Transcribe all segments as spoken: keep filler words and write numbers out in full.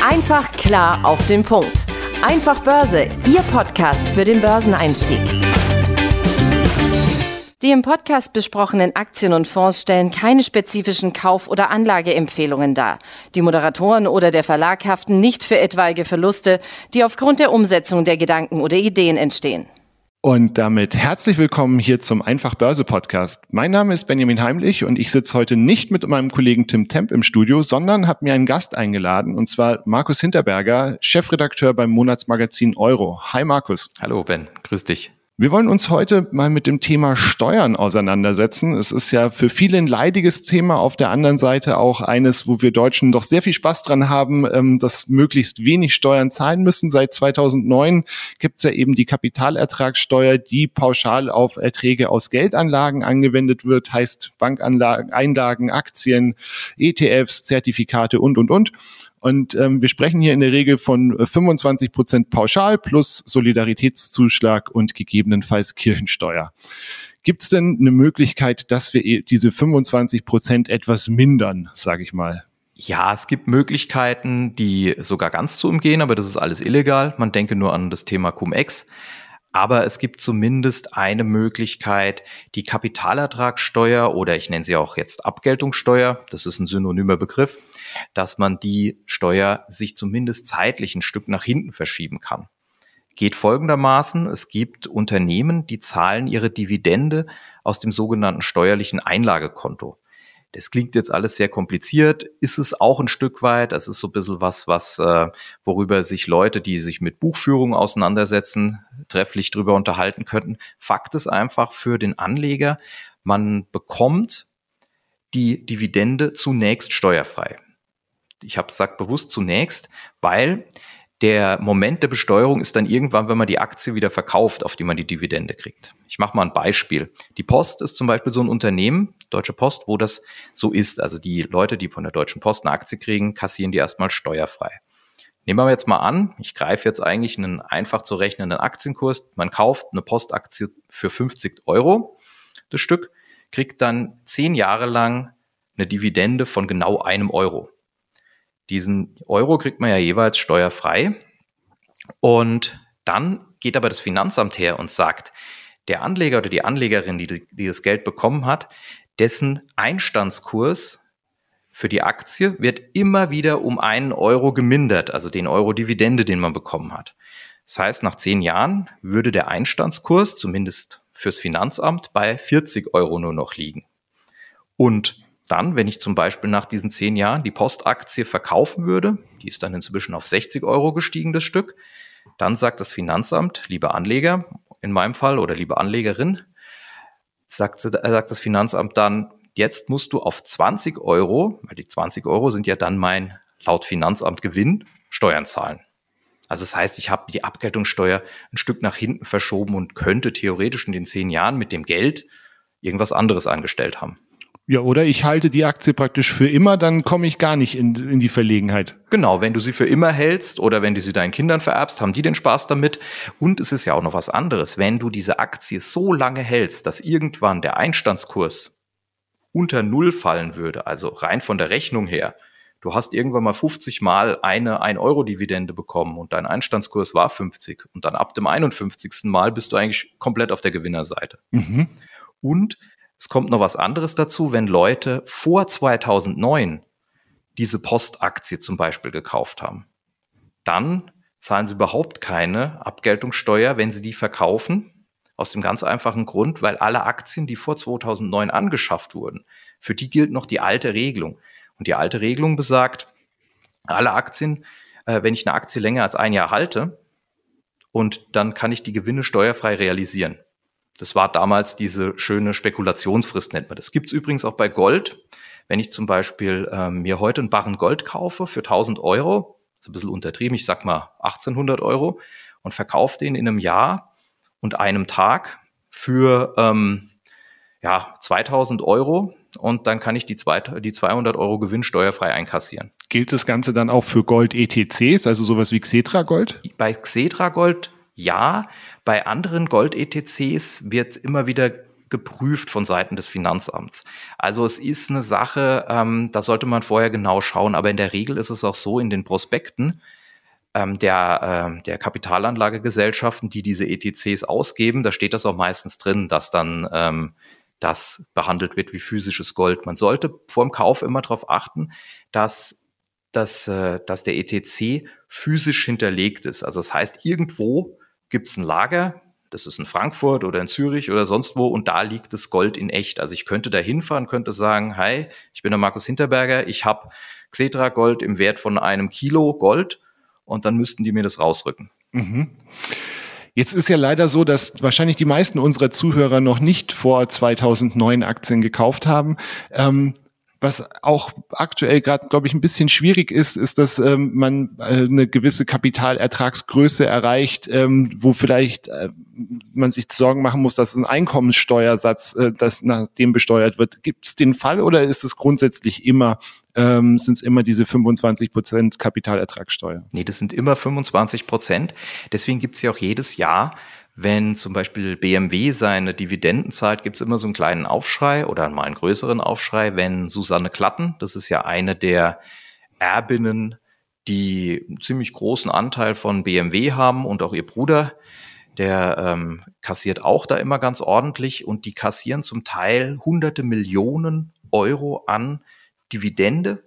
Einfach klar auf den Punkt. Einfach Börse, Ihr Podcast für den Börseneinstieg. Die im Podcast besprochenen Aktien und Fonds stellen keine spezifischen Kauf- oder Anlageempfehlungen dar. Die Moderatoren oder der Verlag haften nicht für etwaige Verluste, die aufgrund der Umsetzung der Gedanken oder Ideen entstehen. Und damit herzlich willkommen hier zum Einfach Börse Podcast. Mein Name ist Benjamin Heimlich und ich sitze heute nicht mit meinem Kollegen Tim Temp im Studio, sondern habe mir einen Gast eingeladen, und zwar Markus Hinterberger, Chefredakteur beim Monatsmagazin Euro. Hi Markus. Hallo Ben, grüß dich. Wir wollen uns heute mal mit dem Thema Steuern auseinandersetzen. Es ist ja für viele ein leidiges Thema, auf der anderen Seite auch eines, wo wir Deutschen doch sehr viel Spaß dran haben, dass möglichst wenig Steuern zahlen müssen. Seit zweitausendneun gibt es ja eben die Kapitalertragssteuer, die pauschal auf Erträge aus Geldanlagen angewendet wird, heißt Bankanlagen, Einlagen, Aktien, E T Fs, Zertifikate und, und, und. Und ähm, wir sprechen hier in der Regel von fünfundzwanzig Prozent pauschal plus Solidaritätszuschlag und gegebenenfalls Kirchensteuer. Gibt es denn eine Möglichkeit, dass wir diese fünfundzwanzig Prozent etwas mindern, sage ich mal? Ja, es gibt Möglichkeiten, die sogar ganz zu umgehen, aber das ist alles illegal. Man denke nur an das Thema Cum-Ex. Aber es gibt zumindest eine Möglichkeit, die Kapitalertragssteuer oder ich nenne sie auch jetzt Abgeltungssteuer, das ist ein synonymer Begriff, dass man die Steuer sich zumindest zeitlich ein Stück nach hinten verschieben kann. Geht folgendermaßen: Es gibt Unternehmen, die zahlen ihre Dividende aus dem sogenannten steuerlichen Einlagekonto. Das klingt jetzt alles sehr kompliziert, ist es auch ein Stück weit. Das ist so ein bisschen was, was äh, worüber sich Leute, die sich mit Buchführung auseinandersetzen, trefflich drüber unterhalten könnten. Fakt ist einfach für den Anleger, man bekommt die Dividende zunächst steuerfrei. Ich habe gesagt bewusst zunächst, weil der Moment der Besteuerung ist dann irgendwann, wenn man die Aktie wieder verkauft, auf die man die Dividende kriegt. Ich mache mal ein Beispiel. Die Post ist zum Beispiel so ein Unternehmen, Deutsche Post, wo das so ist. Also die Leute, die von der Deutschen Post eine Aktie kriegen, kassieren die erstmal steuerfrei. Nehmen wir jetzt mal an, ich greife jetzt eigentlich einen einfach zu rechnenden Aktienkurs. Man kauft eine Postaktie für fünfzig Euro. Das Stück kriegt dann zehn Jahre lang eine Dividende von genau einem Euro. Diesen Euro kriegt man ja jeweils steuerfrei. Und dann geht aber das Finanzamt her und sagt, der Anleger oder die Anlegerin, die, die das Geld bekommen hat, dessen Einstandskurs für die Aktie wird immer wieder um einen Euro gemindert, also den Euro Dividende, den man bekommen hat. Das heißt, nach zehn Jahren würde der Einstandskurs, zumindest fürs Finanzamt, bei vierzig Euro nur noch liegen. Und dann, wenn ich zum Beispiel nach diesen zehn Jahren die Postaktie verkaufen würde, die ist dann inzwischen auf sechzig Euro gestiegen, das Stück, dann sagt das Finanzamt, lieber Anleger, in meinem Fall, oder liebe Anlegerin, sagt, sagt das Finanzamt dann, jetzt musst du auf zwanzig Euro, weil die zwanzig Euro sind ja dann mein, laut Finanzamt, Gewinn, Steuern zahlen. Also das heißt, ich habe die Abgeltungssteuer ein Stück nach hinten verschoben und könnte theoretisch in den zehn Jahren mit dem Geld irgendwas anderes angestellt haben. Ja, oder ich halte die Aktie praktisch für immer, dann komme ich gar nicht in, in die Verlegenheit. Genau, wenn du sie für immer hältst oder wenn du sie deinen Kindern vererbst, haben die den Spaß damit. Und es ist ja auch noch was anderes. Wenn du diese Aktie so lange hältst, dass irgendwann der Einstandskurs unter Null fallen würde, also rein von der Rechnung her, du hast irgendwann mal fünfzig Mal eine ein Euro Dividende bekommen und dein Einstandskurs war fünfzig und dann ab dem einundfünfzigsten Mal bist du eigentlich komplett auf der Gewinnerseite. Mhm. Und es kommt noch was anderes dazu, wenn Leute vor zweitausendneun diese Postaktie zum Beispiel gekauft haben. Dann zahlen sie überhaupt keine Abgeltungssteuer, wenn sie die verkaufen. Aus dem ganz einfachen Grund, weil alle Aktien, die vor zweitausendneun angeschafft wurden, für die gilt noch die alte Regelung. Und die alte Regelung besagt, alle Aktien, äh, wenn ich eine Aktie länger als ein Jahr halte, und dann kann ich die Gewinne steuerfrei realisieren. Das war damals diese schöne Spekulationsfrist, nennt man das. Gibt es übrigens auch bei Gold. Wenn ich zum Beispiel ähm, mir heute einen Barren Gold kaufe für tausend Euro, ist ein bisschen untertrieben, ich sag mal achtzehnhundert Euro, und verkaufe den in einem Jahr und einem Tag für ähm, ja, zweitausend Euro, und dann kann ich die, zwei, die zweihundert Euro Gewinn steuerfrei einkassieren. Gilt das Ganze dann auch für Gold-E T Cs, also sowas wie Xetra Gold? Bei Xetra Gold ja, bei anderen Gold-E T Cs wird immer wieder geprüft von Seiten des Finanzamts. Also es ist eine Sache, ähm, da sollte man vorher genau schauen, aber in der Regel ist es auch so in den Prospekten ähm, der, äh, der Kapitalanlagegesellschaften, die diese E T Cs ausgeben, da steht das auch meistens drin, dass dann ähm, das behandelt wird wie physisches Gold. Man sollte vor dem Kauf immer darauf achten, dass, dass, äh, dass der E T C physisch hinterlegt ist. Also das heißt, irgendwo gibt es ein Lager, das ist in Frankfurt oder in Zürich oder sonst wo und da liegt das Gold in echt. Also ich könnte da hinfahren, könnte sagen, hi, ich bin der Markus Hinterberger, ich habe Xetra Gold im Wert von einem Kilo Gold und dann müssten die mir das rausrücken. Mhm. Jetzt ist ja leider so, dass wahrscheinlich die meisten unserer Zuhörer noch nicht vor zweitausendneun Aktien gekauft haben. Ähm, Was auch aktuell gerade, glaube ich, ein bisschen schwierig ist, ist, dass ähm, man äh, eine gewisse Kapitalertragsgröße erreicht, ähm, wo vielleicht äh, man sich Sorgen machen muss, dass ein Einkommenssteuersatz, äh, das nach dem besteuert wird. Gibt es den Fall oder ist es grundsätzlich immer, ähm, sind es immer diese fünfundzwanzig Prozent Kapitalertragssteuer? Nee, das sind immer fünfundzwanzig Prozent. Deswegen gibt es ja auch jedes Jahr, wenn zum Beispiel B M W seine Dividenden zahlt, gibt es immer so einen kleinen Aufschrei oder mal einen größeren Aufschrei, wenn Susanne Klatten, das ist ja eine der Erbinnen, die einen ziemlich großen Anteil von B M W haben und auch ihr Bruder, der ähm, kassiert auch da immer ganz ordentlich und die kassieren zum Teil hunderte Millionen Euro an Dividende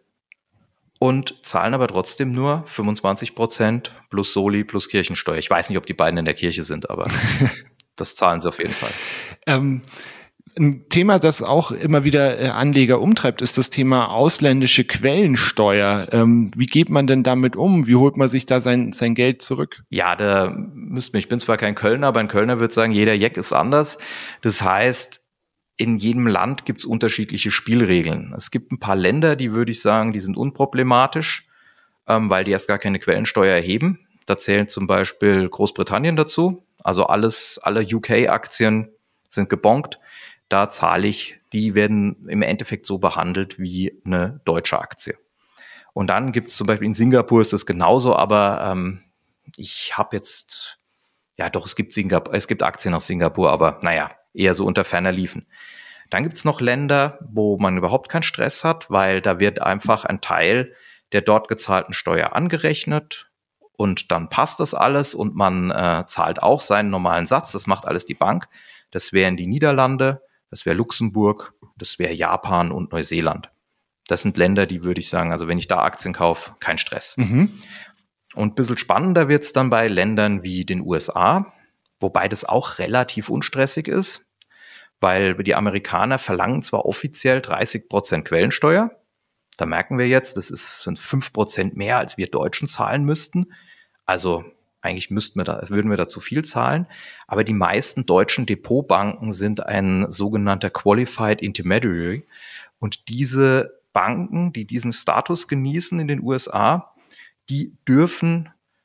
und zahlen aber trotzdem nur fünfundzwanzig Prozent plus Soli plus Kirchensteuer. Ich weiß nicht, ob die beiden in der Kirche sind, aber das zahlen sie auf jeden Fall. Ähm, ein Thema, das auch immer wieder äh, Anleger umtreibt, ist das Thema ausländische Quellensteuer. Ähm, wie geht man denn damit um? Wie holt man sich da sein, sein Geld zurück? Ja, da müsst mir, ich bin zwar kein Kölner, aber ein Kölner würde sagen, jeder Jack ist anders. Das heißt, in jedem Land gibt es unterschiedliche Spielregeln. Es gibt ein paar Länder, die würde ich sagen, die sind unproblematisch, ähm, weil die erst gar keine Quellensteuer erheben. Da zählt zum Beispiel Großbritannien dazu. Also alles, alle U K-Aktien sind gebongt. Da zahle ich, die werden im Endeffekt so behandelt wie eine deutsche Aktie. Und dann gibt es zum Beispiel in Singapur ist das genauso, aber ähm, ich habe jetzt, ja doch, es gibt Singapur, es gibt Aktien aus Singapur, aber naja, eher so unter ferner Liefen. Dann gibt es noch Länder, wo man überhaupt keinen Stress hat, weil da wird einfach ein Teil der dort gezahlten Steuer angerechnet und dann passt das alles und man äh, zahlt auch seinen normalen Satz. Das macht alles die Bank. Das wären die Niederlande, das wäre Luxemburg, das wäre Japan und Neuseeland. Das sind Länder, die würde ich sagen, also wenn ich da Aktien kaufe, kein Stress. Mhm. Und ein bisschen spannender wird es dann bei Ländern wie den U S A, wobei das auch relativ unstressig ist, weil die Amerikaner verlangen zwar offiziell dreißig Prozent Quellensteuer, da merken wir jetzt, das ist, sind fünf Prozent mehr, als wir Deutschen zahlen müssten. Also eigentlich müssten wir da, würden wir da zu viel zahlen. Aber die meisten deutschen Depotbanken sind ein sogenannter Qualified Intermediary. Und diese Banken, die diesen Status genießen in den U S A, die dürfen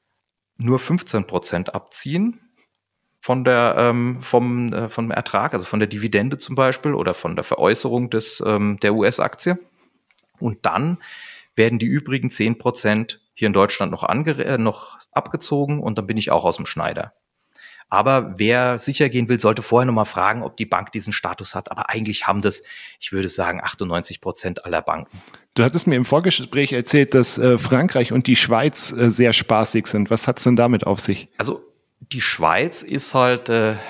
nur fünfzehn Prozent abziehen von der, ähm, vom, äh, vom Ertrag, also von der Dividende zum Beispiel oder von der Veräußerung des, ähm, der U S-Aktie. Und dann werden die übrigen zehn Prozent hier in Deutschland noch, ange- äh, noch abgezogen und dann bin ich auch aus dem Schneider. Aber wer sicher gehen will, sollte vorher nochmal fragen, ob die Bank diesen Status hat. Aber eigentlich haben das, ich würde sagen, achtundneunzig Prozent aller Banken. Du hattest mir im Vorgespräch erzählt, dass äh, Frankreich und die Schweiz äh, sehr spaßig sind. Was hat's denn damit auf sich? Also die Schweiz ist halt äh, ein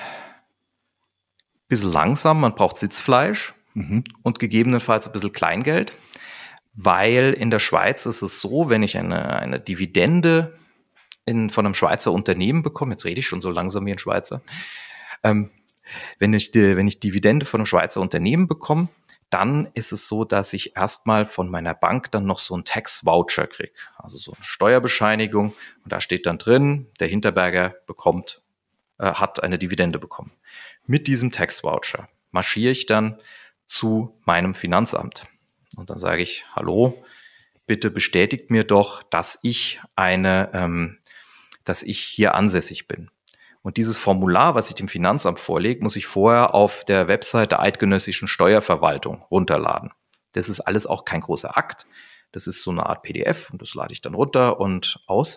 bisschen langsam. Man braucht Sitzfleisch mhm. und gegebenenfalls ein bisschen Kleingeld. Weil in der Schweiz ist es so, wenn ich eine, eine Dividende in, von einem Schweizer Unternehmen bekomme, jetzt rede ich schon so langsam wie ein Schweizer, ähm, wenn ich die, wenn ich Dividende von einem Schweizer Unternehmen bekomme, dann ist es so, dass ich erstmal von meiner Bank dann noch so einen Tax-Voucher kriege, also so eine Steuerbescheinigung und da steht dann drin, der Hinterberger bekommt, äh, hat eine Dividende bekommen. Mit diesem Tax-Voucher marschiere ich dann zu meinem Finanzamt. Und dann sage ich, hallo, bitte bestätigt mir doch, dass ich eine, ähm, dass ich hier ansässig bin. Und dieses Formular, was ich dem Finanzamt vorlege, muss ich vorher auf der Website der Eidgenössischen Steuerverwaltung runterladen. Das ist alles auch kein großer Akt. Das ist so eine Art P D F und das lade ich dann runter und aus.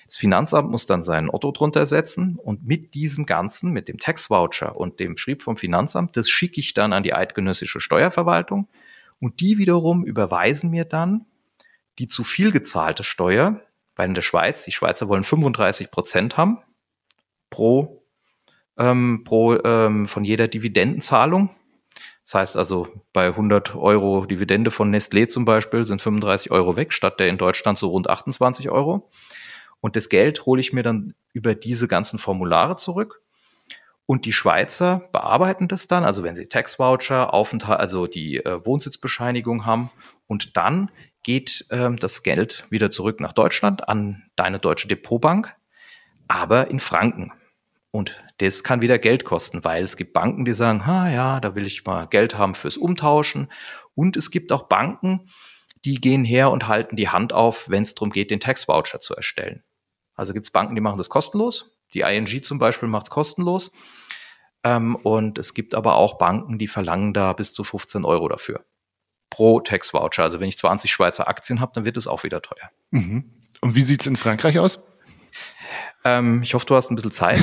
Das Finanzamt muss dann seinen Otto drunter setzen und mit diesem Ganzen, mit dem Tax-Voucher und dem Schrieb vom Finanzamt, das schicke ich dann an die eidgenössische Steuerverwaltung und die wiederum überweisen mir dann die zu viel gezahlte Steuer, weil in der Schweiz, die Schweizer wollen fünfunddreißig Prozent haben pro, ähm, pro ähm, von jeder Dividendenzahlung. Das heißt also, bei hundert Euro Dividende von Nestlé zum Beispiel sind fünfunddreißig Euro weg, statt der in Deutschland so rund achtundzwanzig Euro. Und das Geld hole ich mir dann über diese ganzen Formulare zurück. Und die Schweizer bearbeiten das dann, also wenn sie Tax-Voucher, Aufenthalt, also die äh, Wohnsitzbescheinigung haben. Und dann geht ähm, das Geld wieder zurück nach Deutschland an deine Deutsche Depotbank, aber in Franken. Und das kann wieder Geld kosten, weil es gibt Banken, die sagen, ha ja, da will ich mal Geld haben fürs Umtauschen. Und es gibt auch Banken, die gehen her und halten die Hand auf, wenn es darum geht, den Tax-Voucher zu erstellen. Also gibt es Banken, die machen das kostenlos. Die I N G zum Beispiel macht es kostenlos. Ähm, und es gibt aber auch Banken, die verlangen da bis zu fünfzehn Euro dafür. Pro Tax-Voucher. Also wenn ich zwanzig Schweizer Aktien habe, dann wird es auch wieder teuer. Mhm. Und wie sieht es in Frankreich aus? Ähm, ich hoffe, du hast ein bisschen Zeit.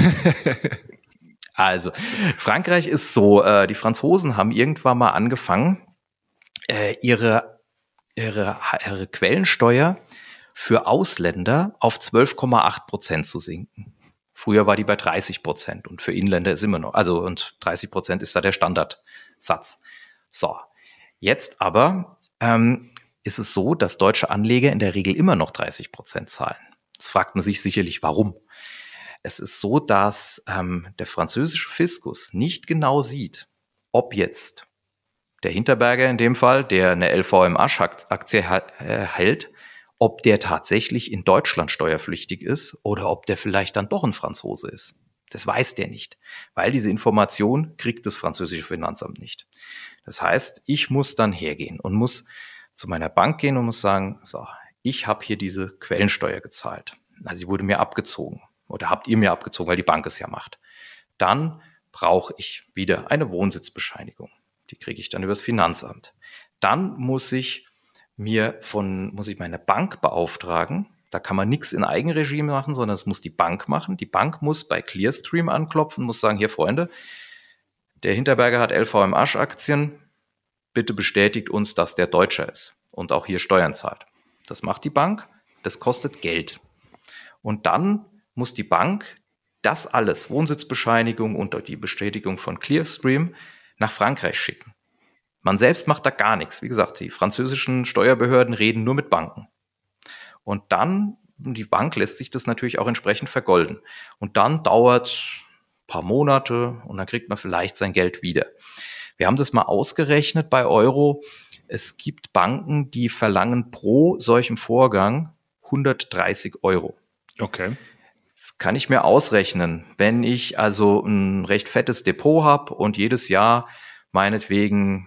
Also, Frankreich ist so, äh, die Franzosen haben irgendwann mal angefangen, äh, ihre, ihre, ihre Quellensteuer für Ausländer auf zwölf Komma acht Prozent zu sinken. Früher war die bei dreißig Prozent und für Inländer ist immer noch, also und dreißig Prozent ist da der Standardsatz. So, jetzt aber ähm, ist es so, dass deutsche Anleger in der Regel immer noch dreißig Prozent zahlen. Jetzt fragt man sich sicherlich, warum. Es ist so, dass ähm, der französische Fiskus nicht genau sieht, ob jetzt der Hinterberger in dem Fall, der eine L V M H-Aktie ha- äh, hält, ob der tatsächlich in Deutschland steuerpflichtig ist oder ob der vielleicht dann doch ein Franzose ist. Das weiß der nicht, weil diese Information kriegt das französische Finanzamt nicht. Das heißt, ich muss dann hergehen und muss zu meiner Bank gehen und muss sagen, so, ich habe hier diese Quellensteuer gezahlt. Also sie wurde mir abgezogen oder habt ihr mir abgezogen, weil die Bank es ja macht. Dann brauche ich wieder eine Wohnsitzbescheinigung. Die kriege ich dann übers Finanzamt. Dann muss ich mir von, muss ich meine Bank beauftragen. Da kann man nichts in Eigenregie machen, sondern es muss die Bank machen. Die Bank muss bei Clearstream anklopfen, muss sagen, hier Freunde, der Hinterberger hat L V M H-Aktien. Bitte bestätigt uns, dass der Deutscher ist und auch hier Steuern zahlt. Das macht die Bank. Das kostet Geld. Und dann muss die Bank das alles, Wohnsitzbescheinigung und die Bestätigung von Clearstream, nach Frankreich schicken. Man selbst macht da gar nichts. Wie gesagt, die französischen Steuerbehörden reden nur mit Banken. Und dann, die Bank lässt sich das natürlich auch entsprechend vergolden. Und dann dauert ein paar Monate und dann kriegt man vielleicht sein Geld wieder. Wir haben das mal ausgerechnet bei Euro. Es gibt Banken, die verlangen pro solchem Vorgang hundertdreißig Euro. Okay. Das kann ich mir ausrechnen. Wenn ich also ein recht fettes Depot habe und jedes Jahr meinetwegen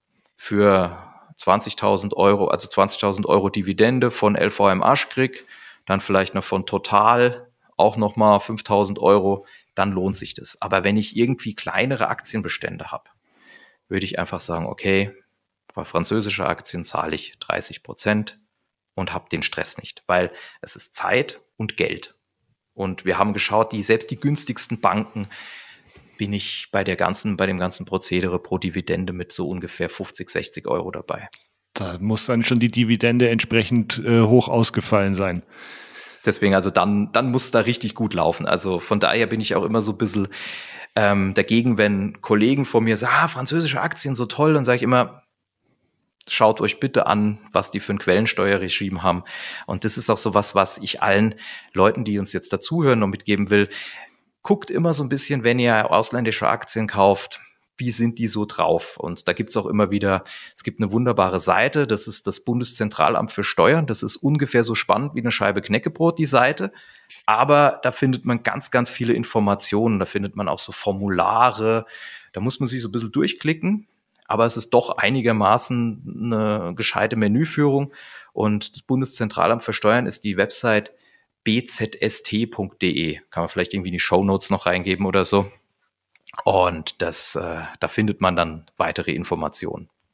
für zwanzigtausend Euro, also zwanzigtausend Euro Dividende von L V M H krieg, dann vielleicht noch von Total auch nochmal fünftausend Euro, dann lohnt sich das. Aber wenn ich irgendwie kleinere Aktienbestände habe, würde ich einfach sagen, okay, bei französischen Aktien zahle ich dreißig Prozent und habe den Stress nicht, weil es ist Zeit und Geld. Und wir haben geschaut, die selbst die günstigsten Banken bin ich bei der ganzen, bei dem ganzen Prozedere pro Dividende mit so ungefähr fünfzig, sechzig Euro dabei. Da muss dann schon die Dividende entsprechend äh, hoch ausgefallen sein. Deswegen, also dann, dann muss da richtig gut laufen. Also von daher bin ich auch immer so ein bisschen ähm, dagegen, wenn Kollegen von mir sagen, ah, französische Aktien so toll, dann sage ich immer, schaut euch bitte an, was die für ein Quellensteuerregime haben. Und das ist auch so was, was ich allen Leuten, die uns jetzt dazuhören, noch mitgeben will. Guckt immer so ein bisschen, wenn ihr ausländische Aktien kauft, wie sind die so drauf? Und da gibt's auch immer wieder, es gibt eine wunderbare Seite, das ist das Bundeszentralamt für Steuern. Das ist ungefähr so spannend wie eine Scheibe Knäckebrot, die Seite. Aber da findet man ganz, ganz viele Informationen. Da findet man auch so Formulare. Da muss man sich so ein bisschen durchklicken. Aber es ist doch einigermaßen eine gescheite Menüführung. Und das Bundeszentralamt für Steuern ist die Website b z s t punkt d e. Kann man vielleicht irgendwie in die Shownotes noch reingeben oder so. Und das, äh, da findet man dann weitere Informationen.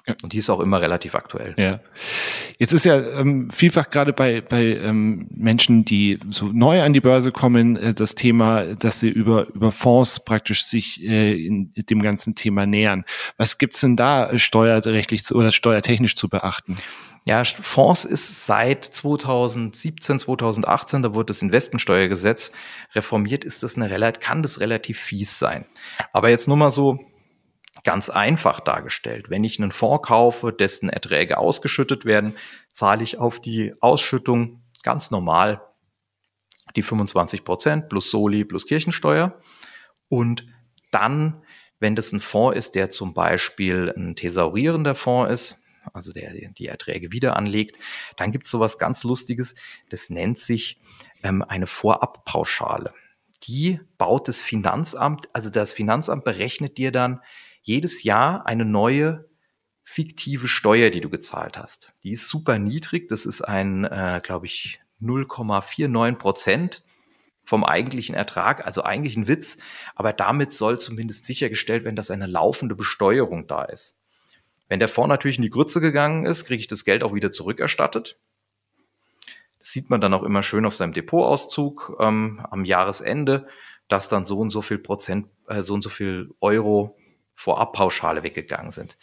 Und die ist auch immer relativ aktuell. Ja. Jetzt ist ja ähm, vielfach gerade bei, bei ähm, Menschen, die so neu an die Börse kommen, äh, das Thema, dass sie über, über Fonds praktisch sich äh, in dem ganzen Thema nähern. Was gibt's denn da steuerrechtlich zu, oder steuertechnisch zu beachten? Ja, Fonds ist seit zweitausendsiebzehn, zweitausendachtzehn, da wurde das Investmentsteuergesetz reformiert, ist das eine relativ, kann das relativ fies sein. Aber jetzt nur mal so ganz einfach dargestellt. Wenn ich einen Fonds kaufe, dessen Erträge ausgeschüttet werden, zahle ich auf die Ausschüttung ganz normal die fünfundzwanzig Prozent plus Soli plus Kirchensteuer. Und dann, wenn das ein Fonds ist, der zum Beispiel ein thesaurierender Fonds ist, also der die Erträge wieder anlegt, dann gibt es sowas ganz Lustiges, das nennt sich ähm, eine Vorabpauschale. Die baut das Finanzamt, also das Finanzamt berechnet dir dann jedes Jahr eine neue fiktive Steuer, die du gezahlt hast. Die ist super niedrig, das ist ein, äh, glaube ich, null Komma neunundvierzig Prozent vom eigentlichen Ertrag, also eigentlich ein Witz, aber damit soll zumindest sichergestellt werden, dass eine laufende Besteuerung da ist. Wenn der Fonds natürlich in die Grütze gegangen ist, kriege ich das Geld auch wieder zurückerstattet. Das sieht man dann auch immer schön auf seinem Depotauszug ähm, am Jahresende, dass dann so und so viel Prozent, äh, so und so viel Euro Vorabpauschale weggegangen sind.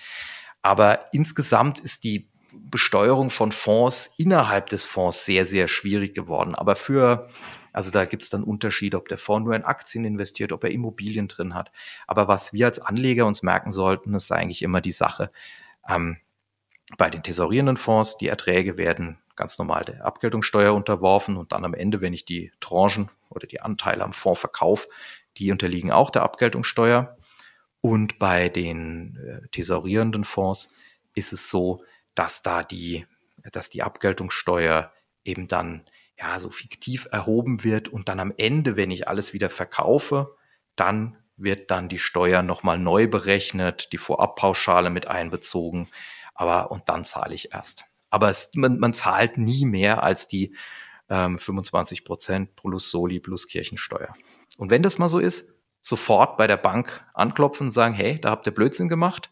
Aber insgesamt ist die Besteuerung von Fonds innerhalb des Fonds sehr, sehr schwierig geworden. Aber für, also da gibt es dann Unterschiede, ob der Fonds nur in Aktien investiert, ob er Immobilien drin hat. Aber was wir als Anleger uns merken sollten, ist eigentlich immer die Sache, ähm, bei den thesaurierenden Fonds, die Erträge werden ganz normal der Abgeltungssteuer unterworfen und dann am Ende, wenn ich die Tranchen oder die Anteile am Fonds verkaufe, die unterliegen auch der Abgeltungssteuer. Und bei den äh, thesaurierenden Fonds ist es so, dass da die, dass die Abgeltungssteuer eben dann ja so fiktiv erhoben wird und dann am Ende, wenn ich alles wieder verkaufe, dann wird dann die Steuer nochmal neu berechnet, die Vorabpauschale mit einbezogen, aber und dann zahle ich erst. Aber es, man, man zahlt nie mehr als die ähm, fünfundzwanzig Prozent plus Soli plus Kirchensteuer. Und wenn das mal so ist, sofort bei der Bank anklopfen und sagen, hey, da habt ihr Blödsinn gemacht.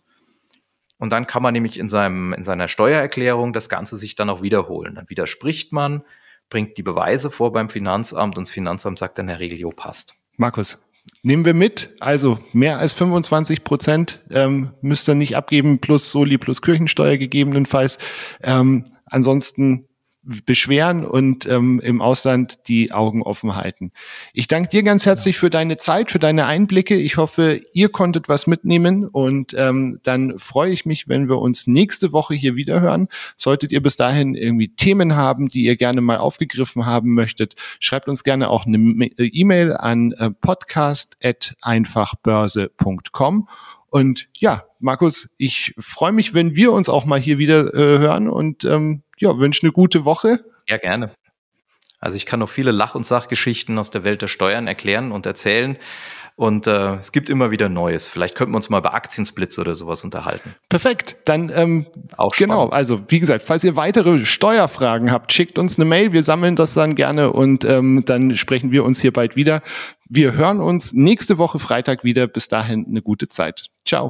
Und dann kann man nämlich in seinem, in seiner Steuererklärung das Ganze sich dann auch wiederholen. Dann widerspricht man, bringt die Beweise vor beim Finanzamt und das Finanzamt sagt dann in der Regel, jo, passt. Markus, nehmen wir mit, also mehr als fünfundzwanzig Prozent ähm, müsst ihr nicht abgeben, plus Soli, plus Kirchensteuer gegebenenfalls. Ähm, ansonsten beschweren und ähm, im Ausland die Augen offen halten. Ich danke dir ganz herzlich für deine Zeit, für deine Einblicke. Ich hoffe, ihr konntet was mitnehmen und ähm, dann freue ich mich, wenn wir uns nächste Woche hier wieder hören. Solltet ihr bis dahin irgendwie Themen haben, die ihr gerne mal aufgegriffen haben möchtet, schreibt uns gerne auch eine E-Mail an äh, podcast at einfachbörse punkt com. Und ja, Markus, ich freue mich, wenn wir uns auch mal hier wieder äh, hören und ähm, ja, wünsche eine gute Woche. Ja, gerne. Also ich kann noch viele Lach- und Sachgeschichten aus der Welt der Steuern erklären und erzählen. Und äh, es gibt immer wieder Neues. Vielleicht könnten wir uns mal über Aktiensplits oder sowas unterhalten. Perfekt. Dann ähm, auch genau. Also wie gesagt, falls ihr weitere Steuerfragen habt, schickt uns eine Mail. Wir sammeln das dann gerne und ähm, dann sprechen wir uns hier bald wieder. Wir hören uns nächste Woche Freitag wieder. Bis dahin eine gute Zeit. Ciao.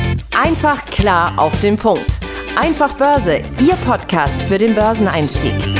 Einfach klar auf den Punkt. Einfach Börse, Ihr Podcast für den Börseneinstieg.